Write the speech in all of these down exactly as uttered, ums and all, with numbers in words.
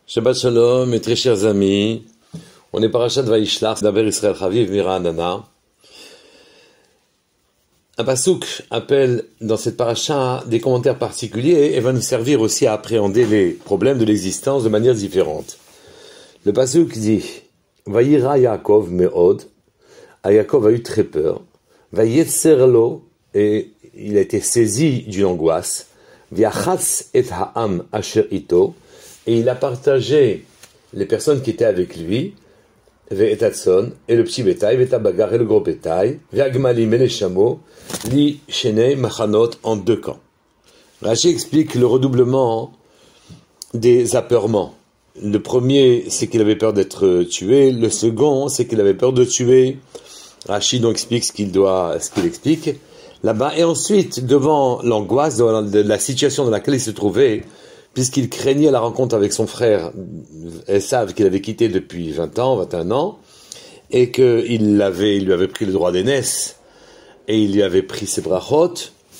Shabbat Shalom, mes très chers amis. On est parachat Vaishlach, d'Aber Israël Chaviv Mira Anana. Un pasouk appelle dans cette paracha des commentaires particuliers et va nous servir aussi à appréhender les problèmes de l'existence de manière différente. Le pasouk dit Vayira Yaakov me'od. Yaakov a eu très peur. Vayetzer et il a été saisi d'une angoisse. Vyachatz et ha'am asher ito. Et il a partagé les personnes qui étaient avec lui, Ve'etatson, et le petit bétail, Ve'tabagar et le gros bétail, Ve'agmalim et les chameaux, Li Shenei Machanot en deux camps. Rashi explique le redoublement des apeurements. Le premier, c'est qu'il avait peur d'être tué. Le second, c'est qu'il avait peur de tuer. Rashi donc explique ce qu'il doit, ce qu'il explique là-bas. Et ensuite, devant l'angoisse de la situation dans laquelle il se trouvait, puisqu'il craignait la rencontre avec son frère Esav, qu'il avait quitté depuis vingt ans, vingt et un ans, et qu'il avait, il lui avait pris le droit d'aînesse, et il lui avait pris ses brachot,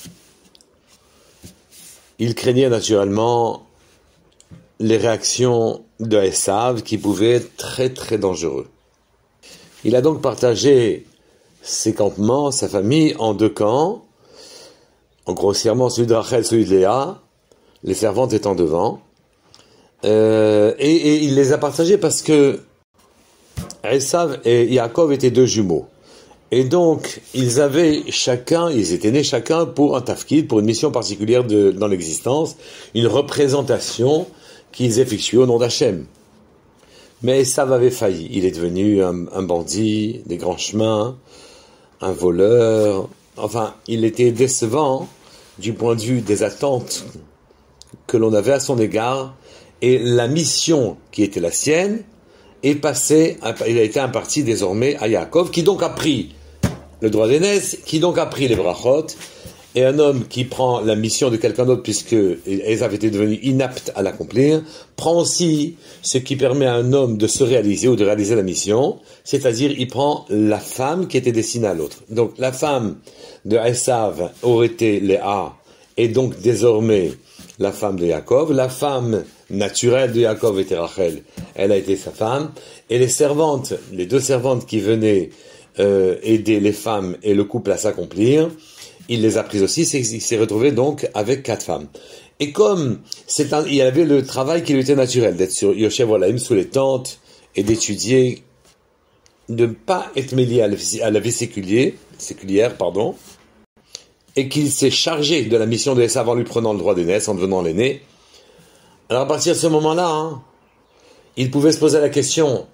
il craignait naturellement les réactions de Esav, qui pouvaient être très très dangereux. Il a donc partagé ses campements, sa famille, en deux camps, en grossièrement celui de Rachel, celui de Léa, les servantes étant devant, euh, et, et il les a partagés parce que Esav et Yaakov étaient deux jumeaux. Et donc, ils avaient chacun, ils étaient nés chacun pour un tafkid, pour une mission particulière de, dans l'existence, une représentation qu'ils effectuaient au nom d'Hachem. Mais Esav avait failli. Il est devenu un, un bandit, des grands chemins, un voleur. Enfin, il était décevant du point de vue des attentes que l'on avait à son égard, et la mission qui était la sienne est passée, il a été imparti désormais à Yaakov, qui donc a pris le droit d'aînesse, qui donc a pris les brachot, et un homme qui prend la mission de quelqu'un d'autre, puisque Esav était devenu inapte à l'accomplir, prend aussi ce qui permet à un homme de se réaliser ou de réaliser la mission, c'est-à-dire il prend la femme qui était destinée à l'autre. Donc la femme de Esav aurait été Léa, et donc désormais la femme de Yaakov, la femme naturelle de Yaakov était Rachel, elle a été sa femme, et les servantes, les deux servantes qui venaient euh, aider les femmes et le couple à s'accomplir, il les a prises aussi, il s'est retrouvé donc avec quatre femmes. Et comme c'est un, il y avait le travail qui lui était naturel, d'être sur Yoshev Olaim sous les tentes, et d'étudier, de ne pas être mêlé à la, à la vie séculière, séculière, pardon, et qu'il s'est chargé de la mission de Esav en lui prenant le droit d'aînesse, en devenant l'aîné. Alors à partir de ce moment-là, hein, il pouvait se poser la question,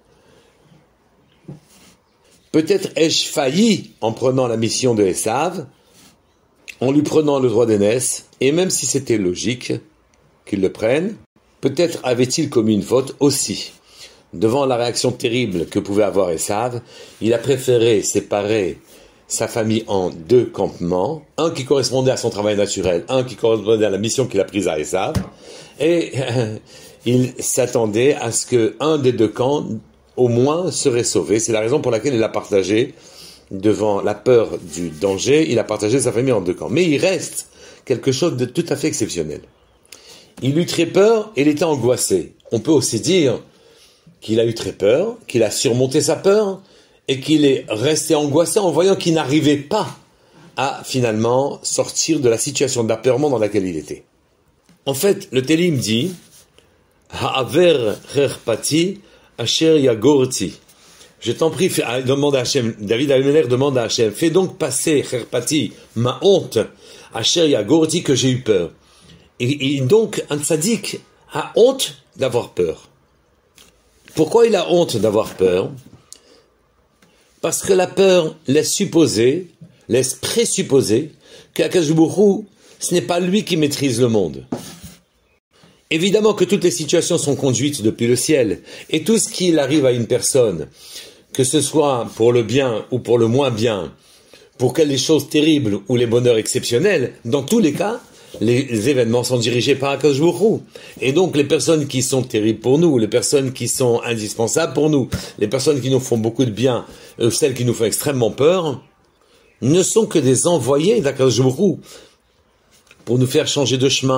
peut-être ai-je failli en prenant la mission de Esav, en lui prenant le droit d'aînesse, et même si c'était logique qu'il le prenne, peut-être avait-il commis une faute aussi. Devant la réaction terrible que pouvait avoir Esav, il a préféré séparer sa famille en deux campements, un qui correspondait à son travail naturel, un qui correspondait à la mission qu'il a prise à Esav, et euh, il s'attendait à ce qu'un des deux camps, au moins, serait sauvé. C'est la raison pour laquelle il a partagé, devant la peur du danger, il a partagé sa famille en deux camps. Mais il reste quelque chose de tout à fait exceptionnel. Il eut très peur et il était angoissé. On peut aussi dire qu'il a eu très peur, qu'il a surmonté sa peur, et qu'il est resté angoissé en voyant qu'il n'arrivait pas à finalement sortir de la situation d'apeurement dans laquelle il était. En fait, le Télim dit Ha'aver cherpati asher yagorti. Je t'en prie, demande à Hachem, David Abimelech demande à Hachem, fais donc passer cherpati, ma honte, asher yagorti, que j'ai eu peur. Et, et donc, un tzaddik a honte d'avoir peur. Pourquoi il a honte d'avoir peur ? Parce que la peur laisse supposer, laisse présupposer qu'Akadosh Baruch Hu, ce n'est pas lui qui maîtrise le monde. Évidemment que toutes les situations sont conduites depuis le ciel, et tout ce qui arrive à une personne, que ce soit pour le bien ou pour le moins bien, pour les choses terribles ou les bonheurs exceptionnels, dans tous les cas, les événements sont dirigés par Akadosh Baruch Hu. Et donc les personnes qui sont terribles pour nous, les personnes qui sont indispensables pour nous, les personnes qui nous font beaucoup de bien, euh, celles qui nous font extrêmement peur, ne sont que des envoyés d'Akadosh Baruch Hu pour nous faire changer de chemin,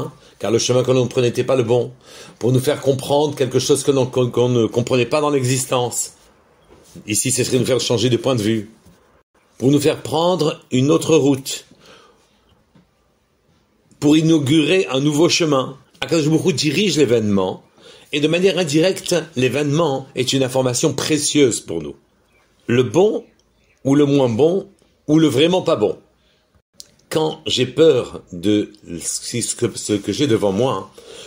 car le chemin que l'on prenait n'était pas le bon, pour nous faire comprendre quelque chose que l'on, qu'on, qu'on ne comprenait pas dans l'existence. Ici, ce serait nous faire changer de point de vue, pour nous faire prendre une autre route, pour inaugurer un nouveau chemin. Akadosh Baruch Hu dirige l'événement, et de manière indirecte, l'événement est une information précieuse pour nous. Le bon, ou le moins bon, ou le vraiment pas bon. Quand j'ai peur de ce que, ce que j'ai devant moi,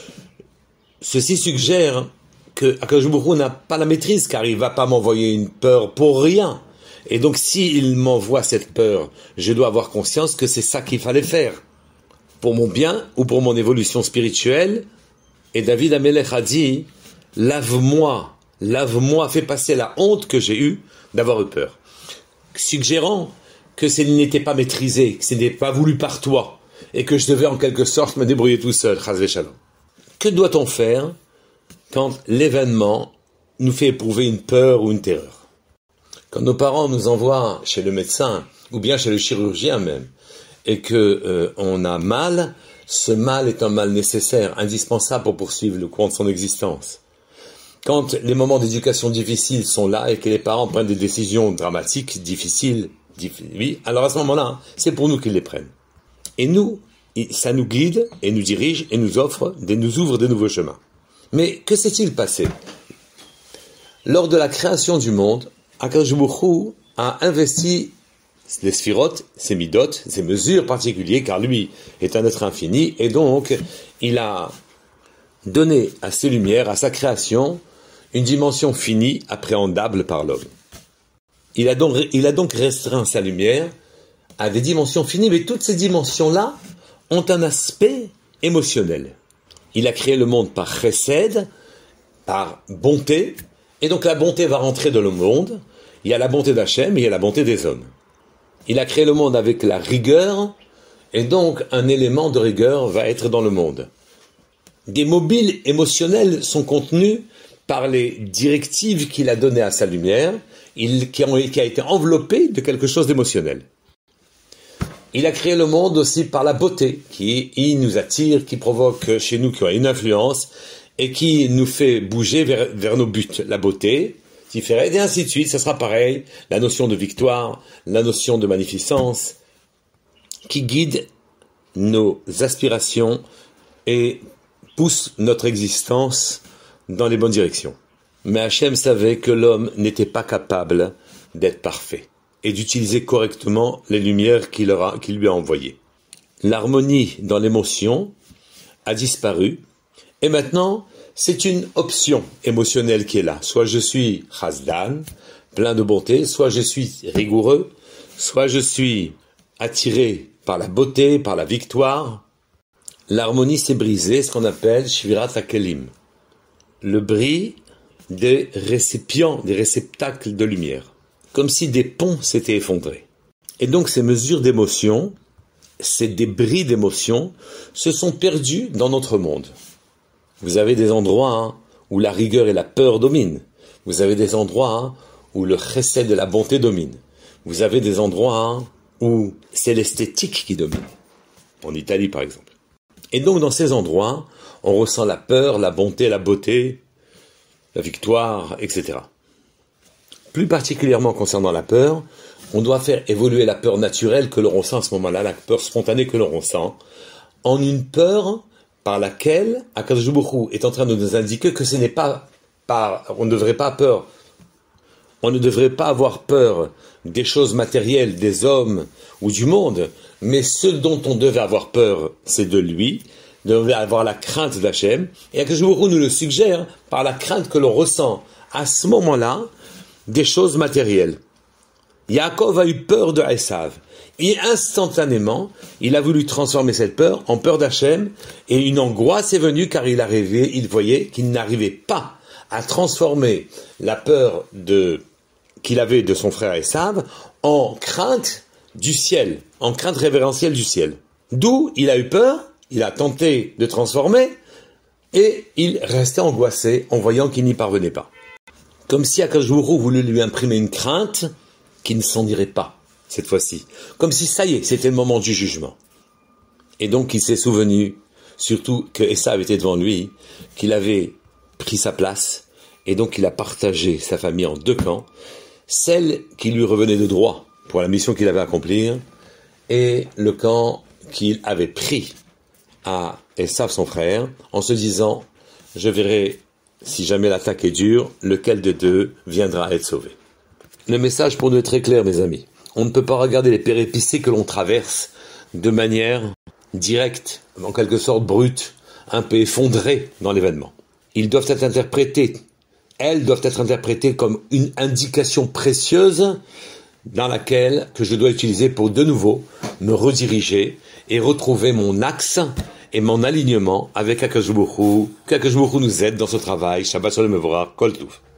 ceci suggère que Akadosh Baruch Hu n'a pas la maîtrise, car il ne va pas m'envoyer une peur pour rien. Et donc, s'il m'envoie cette peur, je dois avoir conscience que c'est ça qu'il fallait faire, pour mon bien ou pour mon évolution spirituelle. Et David Amelech a dit, lave-moi, lave-moi, fais passer la honte que j'ai eue d'avoir eu peur. Suggérant que ce n'était pas maîtrisé, que ce n'était pas voulu par toi, et que je devais en quelque sorte me débrouiller tout seul, chas v'shalom. Que doit-on faire quand l'événement nous fait éprouver une peur ou une terreur? Quand nos parents nous envoient chez le médecin, ou bien chez le chirurgien même, et que euh, on a mal, ce mal est un mal nécessaire, indispensable pour poursuivre le cours de son existence. Quand les moments d'éducation difficiles sont là et que les parents prennent des décisions dramatiques, difficiles, diff- oui, alors à ce moment-là, c'est pour nous qu'ils les prennent. Et nous, ça nous guide et nous dirige et nous offre, des, nous ouvre de nouveaux chemins. Mais que s'est-il passé? Lors de la création du monde, Akadosh Baruch Hu a investi les sphirotes, ses midot, ses mesures particulières, car lui est un être infini, et donc il a donné à ses lumières, à sa création, une dimension finie, appréhendable par l'homme. Il a donc, il a donc restreint sa lumière à des dimensions finies, mais toutes ces dimensions-là ont un aspect émotionnel. Il a créé le monde par chesed, par bonté, et donc la bonté va rentrer dans le monde. Il y a la bonté d'Hachem et il y a la bonté des hommes. Il a créé le monde avec la rigueur, et donc un élément de rigueur va être dans le monde. Des mobiles émotionnels sont contenus par les directives qu'il a données à sa lumière, il, qui, ont, qui a été enveloppé de quelque chose d'émotionnel. Il a créé le monde aussi par la beauté, qui il nous attire, qui provoque chez nous, qui a une influence, et qui nous fait bouger vers, vers nos buts. La beauté, et ainsi de suite, ça sera pareil, la notion de victoire, la notion de magnificence, qui guide nos aspirations et pousse notre existence dans les bonnes directions. Mais Hachem savait que l'homme n'était pas capable d'être parfait et d'utiliser correctement les lumières qu'il, aura, qu'il lui a envoyées. L'harmonie dans l'émotion a disparu, et maintenant, c'est une option émotionnelle qui est là. Soit je suis chasdan, plein de bonté, soit je suis rigoureux, soit je suis attiré par la beauté, par la victoire. L'harmonie s'est brisée, ce qu'on appelle shvirat hakelim, le bris des récipients, des réceptacles de lumière, comme si des ponts s'étaient effondrés. Et donc ces mesures d'émotion, ces débris d'émotion, se sont perdus dans notre monde. Vous avez des endroits hein, où la rigueur et la peur dominent. Vous avez des endroits hein, où le chesed et la bonté dominent. Vous avez des endroits hein, où c'est l'esthétique qui domine. En Italie, par exemple. Et donc, dans ces endroits, on ressent la peur, la bonté, la beauté, la victoire, et cetera. Plus particulièrement concernant la peur, on doit faire évoluer la peur naturelle que l'on ressent à ce moment-là, la peur spontanée que l'on ressent, en une peur par laquelle Akadosh Baruch Hu est en train de nous indiquer que ce n'est pas par, on ne devrait pas peur, on ne devrait pas avoir peur des choses matérielles, des hommes ou du monde, mais ce dont on devait avoir peur, c'est de lui, on devait avoir la crainte d'Hachem, et Akadosh Baruch Hu nous le suggère par la crainte que l'on ressent à ce moment-là des choses matérielles. Yaakov a eu peur de Esav. Et instantanément, il a voulu transformer cette peur en peur d'Hachem, et une angoisse est venue car il arrivait, il voyait qu'il n'arrivait pas à transformer la peur de, qu'il avait de son frère Esav en crainte du ciel, en crainte révérentielle du ciel. D'où il a eu peur, il a tenté de transformer, et il restait angoissé en voyant qu'il n'y parvenait pas. Comme si Akadosh Baruch Hu voulait lui imprimer une crainte qui ne s'en dirait pas, cette fois-ci. Comme si, ça y est, c'était le moment du jugement. Et donc, il s'est souvenu surtout que Esav était devant lui, qu'il avait pris sa place, et donc il a partagé sa famille en deux camps, celle qui lui revenait de droit pour la mission qu'il avait à accomplir, et le camp qu'il avait pris à Esav son frère, en se disant, je verrai, si jamais l'attaque est dure, lequel de deux viendra être sauvé. Le message pour nous est très clair, mes amis. On ne peut pas regarder les péripéties que l'on traverse de manière directe, en quelque sorte brute, un peu effondrée dans l'événement. Ils doivent être interprétés, elles doivent être interprétées comme une indication précieuse dans laquelle que je dois utiliser pour de nouveau me rediriger et retrouver mon axe et mon alignement avec Akadosh Baruch Hu, qu'Akadosh Baruch Hu nous aide dans ce travail. Shabbat Shalom Mevorach, Kol Tuv.